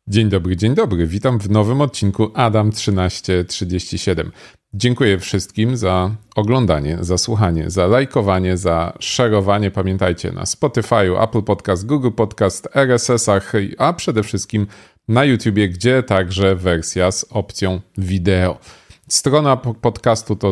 Dzień dobry. Witam w nowym odcinku Adam 1337. Dziękuję wszystkim za oglądanie, za słuchanie, za lajkowanie, za szerowanie. Pamiętajcie, na Spotify'u, Apple Podcast, Google Podcast, RSS-ach, a przede wszystkim na YouTubie, gdzie także wersja z opcją wideo. Strona podcastu to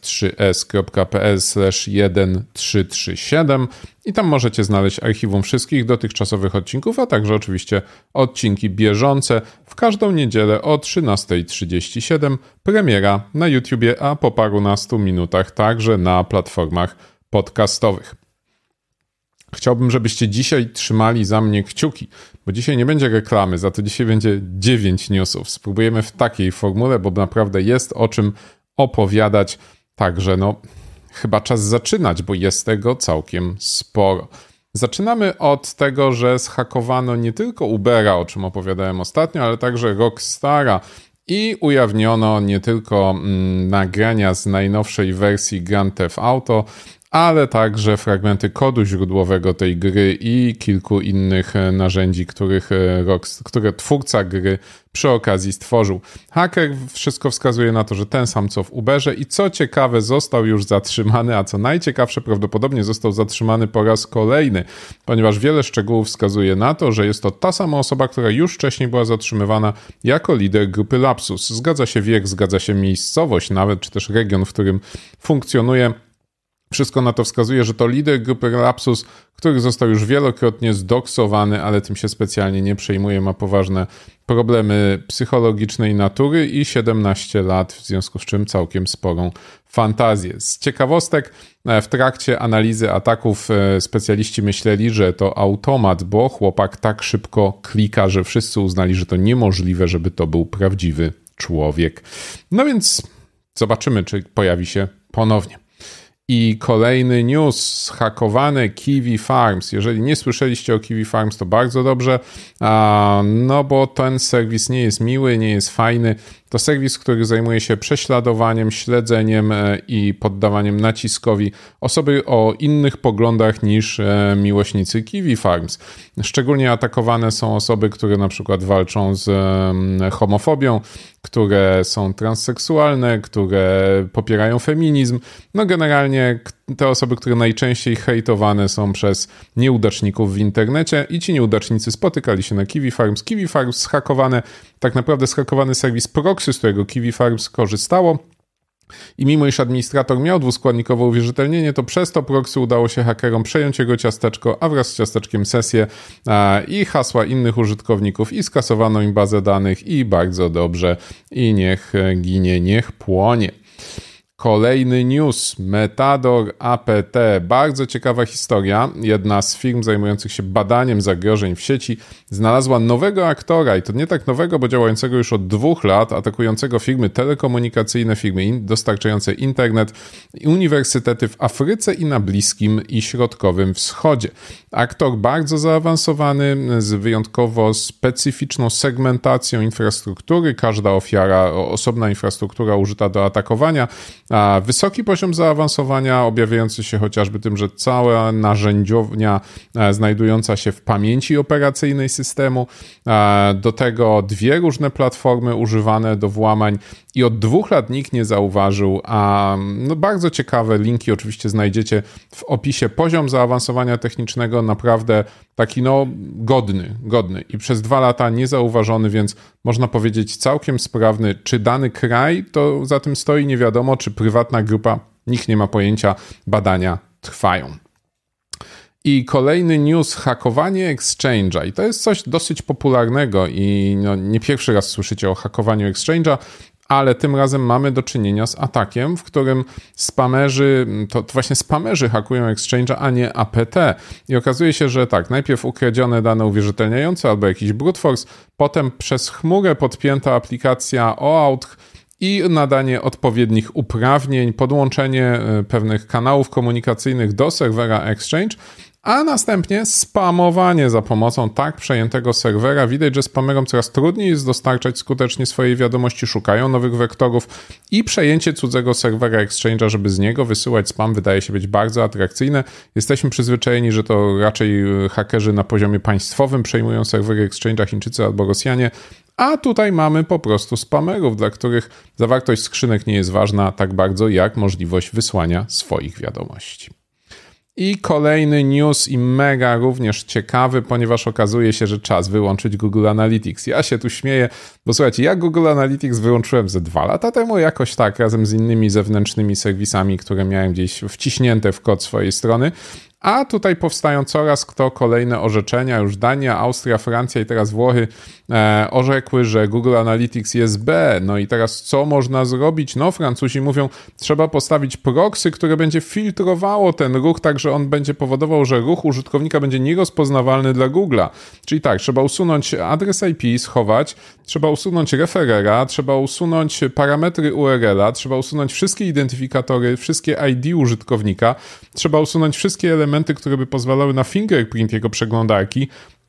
z3s.pl/1337 i tam możecie znaleźć archiwum wszystkich dotychczasowych odcinków, a także oczywiście odcinki bieżące. W każdą niedzielę o 13:37 premiera na YouTubie, a po parunastu minutach także na platformach podcastowych. Chciałbym, żebyście dzisiaj trzymali za mnie kciuki, bo dzisiaj nie będzie reklamy, za to dzisiaj będzie 9 newsów. Spróbujemy w takiej formule, bo naprawdę jest o czym opowiadać. Także chyba czas zaczynać, bo jest tego całkiem sporo. Zaczynamy od tego, że zhakowano nie tylko Ubera, o czym opowiadałem ostatnio, ale także Rockstara i ujawniono nie tylko nagrania z najnowszej wersji Grand Theft Auto, ale także fragmenty kodu źródłowego tej gry i kilku innych narzędzi, które twórca gry przy okazji stworzył. Haker wszystko wskazuje na to, że ten sam co w Uberze i co ciekawe został już zatrzymany, a co najciekawsze prawdopodobnie został zatrzymany po raz kolejny, ponieważ wiele szczegółów wskazuje na to, że jest to ta sama osoba, która już wcześniej była zatrzymywana jako lider grupy Lapsus. Zgadza się wiek, zgadza się miejscowość nawet, czy też region, w którym funkcjonuje. Wszystko na to wskazuje, że to lider grupy Lapsus, który został już wielokrotnie zdoksowany, ale tym się specjalnie nie przejmuje, ma poważne problemy psychologicznej natury i 17 lat, w związku z czym całkiem sporą fantazję. Z ciekawostek, w trakcie analizy ataków specjaliści myśleli, że to automat, bo chłopak tak szybko klika, że wszyscy uznali, że to niemożliwe, żeby to był prawdziwy człowiek. No więc zobaczymy, czy pojawi się ponownie. I kolejny news, zhakowane Kiwi Farms. Jeżeli nie słyszeliście o Kiwi Farms, to bardzo dobrze, bo ten serwis nie jest miły, nie jest fajny. To serwis, który zajmuje się prześladowaniem, śledzeniem i poddawaniem naciskowi osoby o innych poglądach niż miłośnicy Kiwi Farms. Szczególnie atakowane są osoby, które na przykład walczą z homofobią, które są transseksualne, które popierają feminizm. Generalnie te osoby, które najczęściej hejtowane są przez nieudaczników w internecie i ci nieudacznicy spotykali się na Kiwi Farms. Kiwi Farms zhakowane, tak naprawdę zhakowany serwis proxy, z którego Kiwi Farms korzystało. I mimo iż administrator miał dwuskładnikowe uwierzytelnienie, to przez to proxy udało się hakerom przejąć jego ciasteczko, a wraz z ciasteczkiem sesję i hasła innych użytkowników i skasowano im bazę danych i bardzo dobrze i niech ginie, niech płonie. Kolejny news, Metador APT, bardzo ciekawa historia. Jedna z firm zajmujących się badaniem zagrożeń w sieci znalazła nowego aktora i to nie tak nowego, bo działającego już od 2 lat, atakującego firmy telekomunikacyjne, firmy dostarczające internet i uniwersytety w Afryce i na Bliskim i Środkowym Wschodzie. Aktor bardzo zaawansowany, z wyjątkowo specyficzną segmentacją infrastruktury, każda ofiara, osobna infrastruktura użyta do atakowania, a wysoki poziom zaawansowania objawiający się chociażby tym, że cała narzędziownia znajdująca się w pamięci operacyjnej systemu, do tego 2 różne platformy używane do włamań i od 2 lat nikt nie zauważył, a bardzo ciekawe linki oczywiście znajdziecie w opisie. Poziom zaawansowania technicznego naprawdę taki godny i przez 2 lata niezauważony, więc można powiedzieć całkiem sprawny. Czy dany kraj to za tym stoi, nie wiadomo, czy prywatna grupa, nikt nie ma pojęcia, badania trwają. I kolejny news, hakowanie Exchange'a. I to jest coś dosyć popularnego i nie pierwszy raz słyszycie o hakowaniu Exchange'a, ale tym razem mamy do czynienia z atakiem, w którym spamerzy, to właśnie spamerzy hakują Exchange'a, a nie APT. I okazuje się, że tak, najpierw ukradzione dane uwierzytelniające albo jakiś brute force, potem przez chmurę podpięta aplikacja OAuth i nadanie odpowiednich uprawnień, podłączenie pewnych kanałów komunikacyjnych do serwera Exchange a następnie spamowanie za pomocą tak przejętego serwera. Widać, że spamerom coraz trudniej jest dostarczać skutecznie swojej wiadomości, szukają nowych wektorów i przejęcie cudzego serwera Exchange'a, żeby z niego wysyłać spam, wydaje się być bardzo atrakcyjne. Jesteśmy przyzwyczajeni, że to raczej hakerzy na poziomie państwowym przejmują serwery Exchange'a, Chińczycy albo Rosjanie, a tutaj mamy po prostu spamerów, dla których zawartość skrzynek nie jest ważna tak bardzo jak możliwość wysłania swoich wiadomości. I kolejny news i mega również ciekawy, ponieważ okazuje się, że czas wyłączyć Google Analytics. Ja się tu śmieję, bo słuchajcie, ja Google Analytics wyłączyłem ze 2 lata temu, jakoś tak, razem z innymi zewnętrznymi serwisami, które miałem gdzieś wciśnięte w kod swojej strony. A tutaj powstają coraz kolejne orzeczenia, już Dania, Austria, Francja i teraz Włochy orzekły, że Google Analytics jest B. No i teraz co można zrobić? No Francuzi mówią, trzeba postawić proxy, które będzie filtrowało ten ruch, tak że on będzie powodował, że ruch użytkownika będzie nierozpoznawalny dla Google'a. Czyli tak, trzeba usunąć adres IP, schować, trzeba usunąć referera, trzeba usunąć parametry URL-a, trzeba usunąć wszystkie identyfikatory, wszystkie ID użytkownika, trzeba usunąć wszystkie elementy, które by pozwalały na fingerprint jego przeglądarki.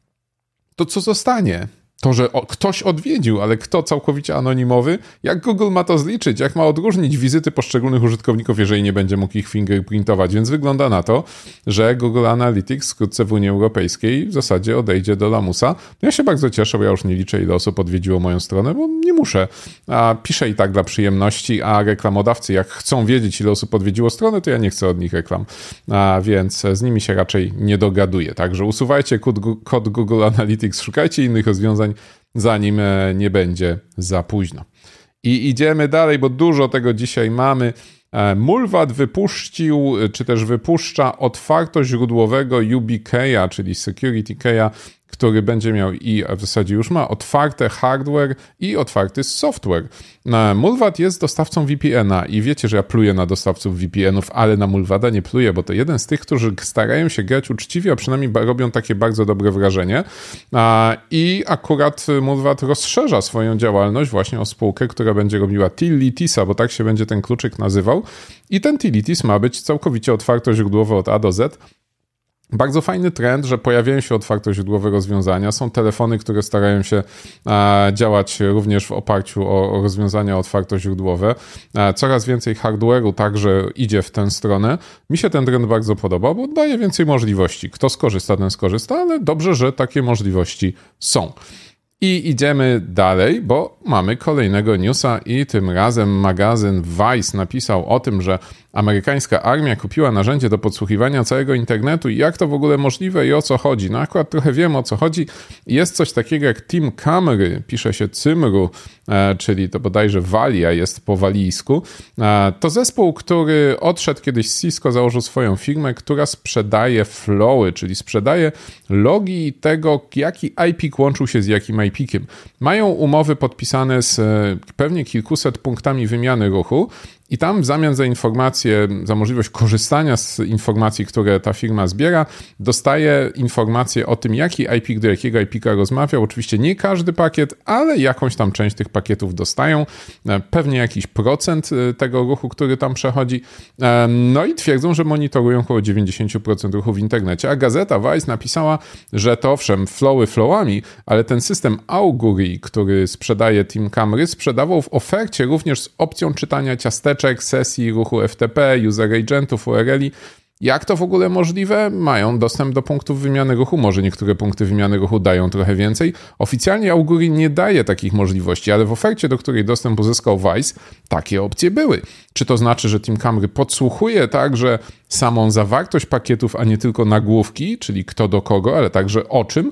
To co zostanie? To, że ktoś odwiedził, ale kto całkowicie anonimowy? Jak Google ma to zliczyć? Jak ma odróżnić wizyty poszczególnych użytkowników, jeżeli nie będzie mógł ich fingerprintować? Więc wygląda na to, że Google Analytics wkrótce w Unii Europejskiej w zasadzie odejdzie do lamusa. Ja się bardzo cieszę, bo ja już nie liczę, ile osób odwiedziło moją stronę, bo nie muszę. Piszę i tak dla przyjemności, a reklamodawcy, jak chcą wiedzieć, ile osób odwiedziło stronę, to ja nie chcę od nich reklam. Więc z nimi się raczej nie dogaduję. Także usuwajcie kod Google Analytics, szukajcie innych rozwiązań, zanim nie będzie za późno. I idziemy dalej, bo dużo tego dzisiaj mamy. Mulvad wypuścił, czy też wypuszcza otwartoźródłowego YubiKeya, czyli Security Keya, który będzie miał i w zasadzie już ma otwarte hardware i otwarty software. Mulvad jest dostawcą VPN-a i wiecie, że ja pluję na dostawców VPN-ów, ale na Mulvada nie pluję, bo to jeden z tych, którzy starają się grać uczciwie, a przynajmniej robią takie bardzo dobre wrażenie. I akurat Mulvad rozszerza swoją działalność właśnie o spółkę, która będzie robiła Tillitisa, bo tak się będzie ten kluczyk nazywał. I ten Tillitis ma być całkowicie otwartoźródłowy od A do Z. Bardzo fajny trend, że pojawiają się otwartoźródłowe rozwiązania. Są telefony, które starają się działać również w oparciu o rozwiązania otwartoźródłowe. Coraz więcej hardware'u także idzie w tę stronę. Mi się ten trend bardzo podoba, bo daje więcej możliwości. Kto skorzysta, ten skorzysta, ale dobrze, że takie możliwości są. I idziemy dalej, bo mamy kolejnego newsa i tym razem magazyn Vice napisał o tym, że amerykańska armia kupiła narzędzie do podsłuchiwania całego internetu i jak to w ogóle możliwe i o co chodzi. No akurat trochę wiem, o co chodzi. Jest coś takiego jak Team Camry, pisze się Cymru, czyli to bodajże Walia jest po walijsku. To zespół, który odszedł kiedyś z Cisco, założył swoją firmę, która sprzedaje flowy, czyli sprzedaje logi tego, jaki IP łączył się z jakim IP-kiem. Mają umowy podpisane z pewnie kilkuset punktami wymiany ruchu, i tam w zamian za informacje, za możliwość korzystania z informacji, które ta firma zbiera, dostaje informacje o tym, jaki IP do jakiego IP-ka rozmawiał. Oczywiście nie każdy pakiet, ale jakąś tam część tych pakietów dostają. Pewnie jakiś procent tego ruchu, który tam przechodzi. No i twierdzą, że monitorują około 90% ruchu w internecie. A gazeta Vice napisała, że to owszem, flowami, ale ten system Augury, który sprzedaje Team Camry, sprzedawał w ofercie również z opcją czytania ciasteczek, sesji ruchu FTP, user agentów, URL-i. Jak to w ogóle możliwe? Mają dostęp do punktów wymiany ruchu, może niektóre punkty wymiany ruchu dają trochę więcej. Oficjalnie Augury nie daje takich możliwości, ale w ofercie, do której dostęp uzyskał Vice, takie opcje były. Czy to znaczy, że Team Camry podsłuchuje także samą zawartość pakietów, a nie tylko nagłówki, czyli kto do kogo, ale także o czym?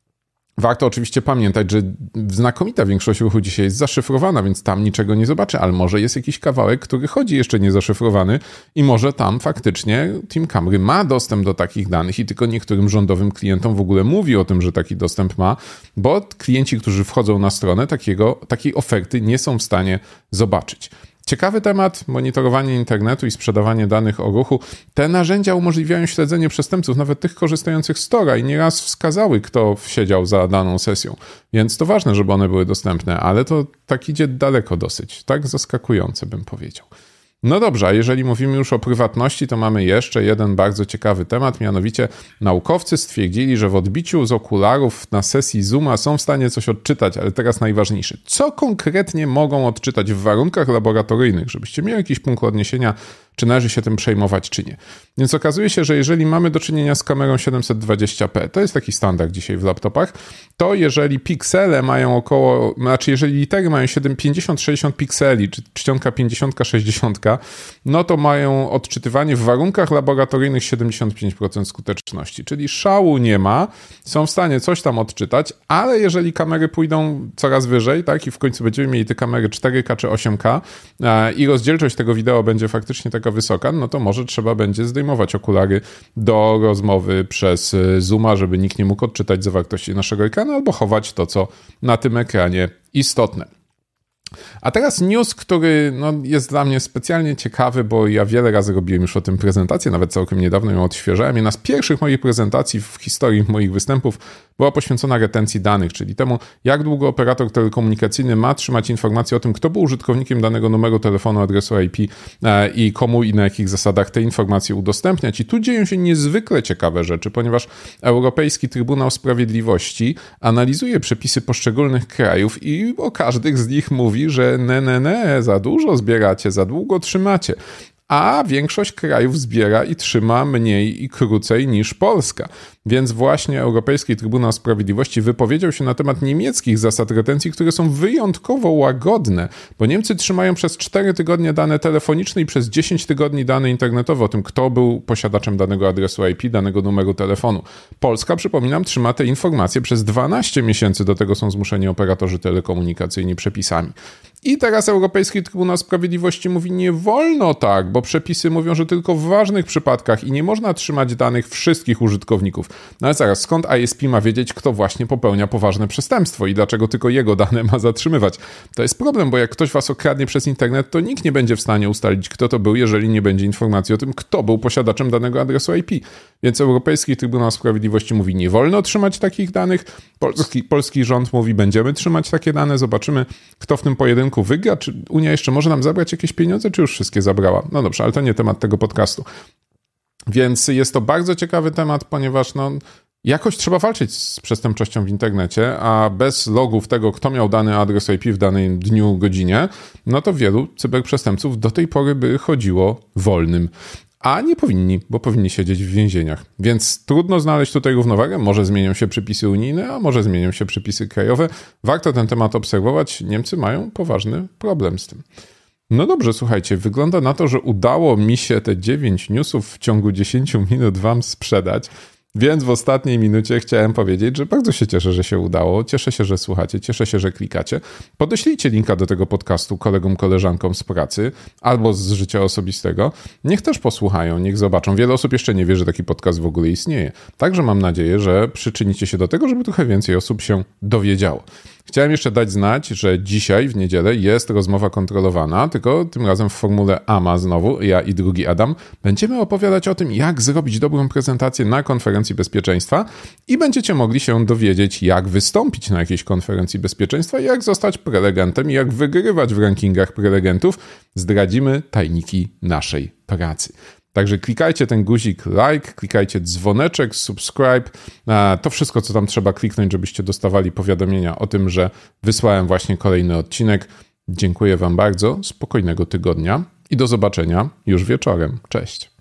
Warto oczywiście pamiętać, że znakomita większość ruchu dzisiaj jest zaszyfrowana, więc tam niczego nie zobaczy, ale może jest jakiś kawałek, który chodzi jeszcze niezaszyfrowany i może tam faktycznie Team Camry ma dostęp do takich danych i tylko niektórym rządowym klientom w ogóle mówi o tym, że taki dostęp ma, bo klienci, którzy wchodzą na stronę, takiej oferty nie są w stanie zobaczyć. Ciekawy temat, monitorowanie internetu i sprzedawanie danych o ruchu. Te narzędzia umożliwiają śledzenie przestępców, nawet tych korzystających z Tora i nieraz wskazały, kto siedział za daną sesją. Więc to ważne, żeby one były dostępne, ale to tak idzie daleko dosyć, tak zaskakujące bym powiedział. No dobrze, a jeżeli mówimy już o prywatności, to mamy jeszcze jeden bardzo ciekawy temat, mianowicie naukowcy stwierdzili, że w odbiciu z okularów na sesji Zooma są w stanie coś odczytać, ale teraz najważniejsze. Co konkretnie mogą odczytać w warunkach laboratoryjnych, żebyście mieli jakiś punkt odniesienia, czy należy się tym przejmować, czy nie. Więc okazuje się, że jeżeli mamy do czynienia z kamerą 720p, to jest taki standard dzisiaj w laptopach, to jeżeli piksele mają jeżeli litery mają 50-60 pikseli, czy czcionka 50-60, no to mają odczytywanie w warunkach laboratoryjnych 75% skuteczności, czyli szału nie ma, są w stanie coś tam odczytać, ale jeżeli kamery pójdą coraz wyżej, tak, i w końcu będziemy mieli te kamery 4K czy 8K i rozdzielczość tego wideo będzie faktycznie taka wysoka, no to może trzeba będzie zdejmować okulary do rozmowy przez Zooma, żeby nikt nie mógł odczytać zawartości naszego ekranu, albo chować to, co na tym ekranie istotne. A teraz news, który jest dla mnie specjalnie ciekawy, bo ja wiele razy robiłem już o tym prezentację, nawet całkiem niedawno ją odświeżałem. Jedna z pierwszych moich prezentacji w historii moich występów była poświęcona retencji danych, czyli temu, jak długo operator telekomunikacyjny ma trzymać informacje o tym, kto był użytkownikiem danego numeru telefonu, adresu IP i komu i na jakich zasadach te informacje udostępniać. I tu dzieją się niezwykle ciekawe rzeczy, ponieważ Europejski Trybunał Sprawiedliwości analizuje przepisy poszczególnych krajów i o każdych z nich mówi, że za dużo zbieracie, za długo trzymacie. A większość krajów zbiera i trzyma mniej i krócej niż Polska. Więc właśnie Europejski Trybunał Sprawiedliwości wypowiedział się na temat niemieckich zasad retencji, które są wyjątkowo łagodne, bo Niemcy trzymają przez 4 tygodnie dane telefoniczne i przez 10 tygodni dane internetowe o tym, kto był posiadaczem danego adresu IP, danego numeru telefonu. Polska, przypominam, trzyma te informacje przez 12 miesięcy, do tego są zmuszeni operatorzy telekomunikacyjni przepisami. I teraz Europejski Trybunał Sprawiedliwości mówi, nie wolno tak, bo przepisy mówią, że tylko w ważnych przypadkach i nie można trzymać danych wszystkich użytkowników. No ale zaraz, skąd ISP ma wiedzieć, kto właśnie popełnia poważne przestępstwo i dlaczego tylko jego dane ma zatrzymywać? To jest problem, bo jak ktoś was okradnie przez internet, to nikt nie będzie w stanie ustalić, kto to był, jeżeli nie będzie informacji o tym, kto był posiadaczem danego adresu IP. Więc Europejski Trybunał Sprawiedliwości mówi, nie wolno trzymać takich danych. Polski rząd mówi, będziemy trzymać takie dane, zobaczymy, kto w tym pojedynku wygra. Czy Unia jeszcze może nam zabrać jakieś pieniądze, czy już wszystkie zabrała? No dobrze, ale to nie temat tego podcastu. Więc jest to bardzo ciekawy temat, ponieważ jakoś trzeba walczyć z przestępczością w internecie, a bez logów tego, kto miał dany adres IP w danym dniu, godzinie, no to wielu cyberprzestępców do tej pory by chodziło wolnym. A nie powinni, bo powinni siedzieć w więzieniach. Więc trudno znaleźć tutaj równowagę. Może zmienią się przepisy unijne, a może zmienią się przepisy krajowe. Warto ten temat obserwować. Niemcy mają poważny problem z tym. No dobrze, słuchajcie, wygląda na to, że udało mi się te 9 newsów w ciągu 10 minut wam sprzedać. Więc w ostatniej minucie chciałem powiedzieć, że bardzo się cieszę, że się udało. Cieszę się, że słuchacie, cieszę się, że klikacie. Podeślijcie linka do tego podcastu kolegom, koleżankom z pracy albo z życia osobistego. Niech też posłuchają, niech zobaczą. Wiele osób jeszcze nie wie, że taki podcast w ogóle istnieje. Także mam nadzieję, że przyczynicie się do tego, żeby trochę więcej osób się dowiedziało. Chciałem jeszcze dać znać, że dzisiaj w niedzielę jest rozmowa kontrolowana, tylko tym razem w formule AMA znowu, ja i drugi Adam. Będziemy opowiadać o tym, jak zrobić dobrą prezentację na konferencji bezpieczeństwa i będziecie mogli się dowiedzieć, jak wystąpić na jakiejś konferencji bezpieczeństwa, jak zostać prelegentem i jak wygrywać w rankingach prelegentów. Zdradzimy tajniki naszej pracy. Także klikajcie ten guzik like, klikajcie dzwoneczek, subscribe, to wszystko, co tam trzeba kliknąć, żebyście dostawali powiadomienia o tym, że wysłałem właśnie kolejny odcinek. Dziękuję wam bardzo, spokojnego tygodnia i do zobaczenia już wieczorem. Cześć.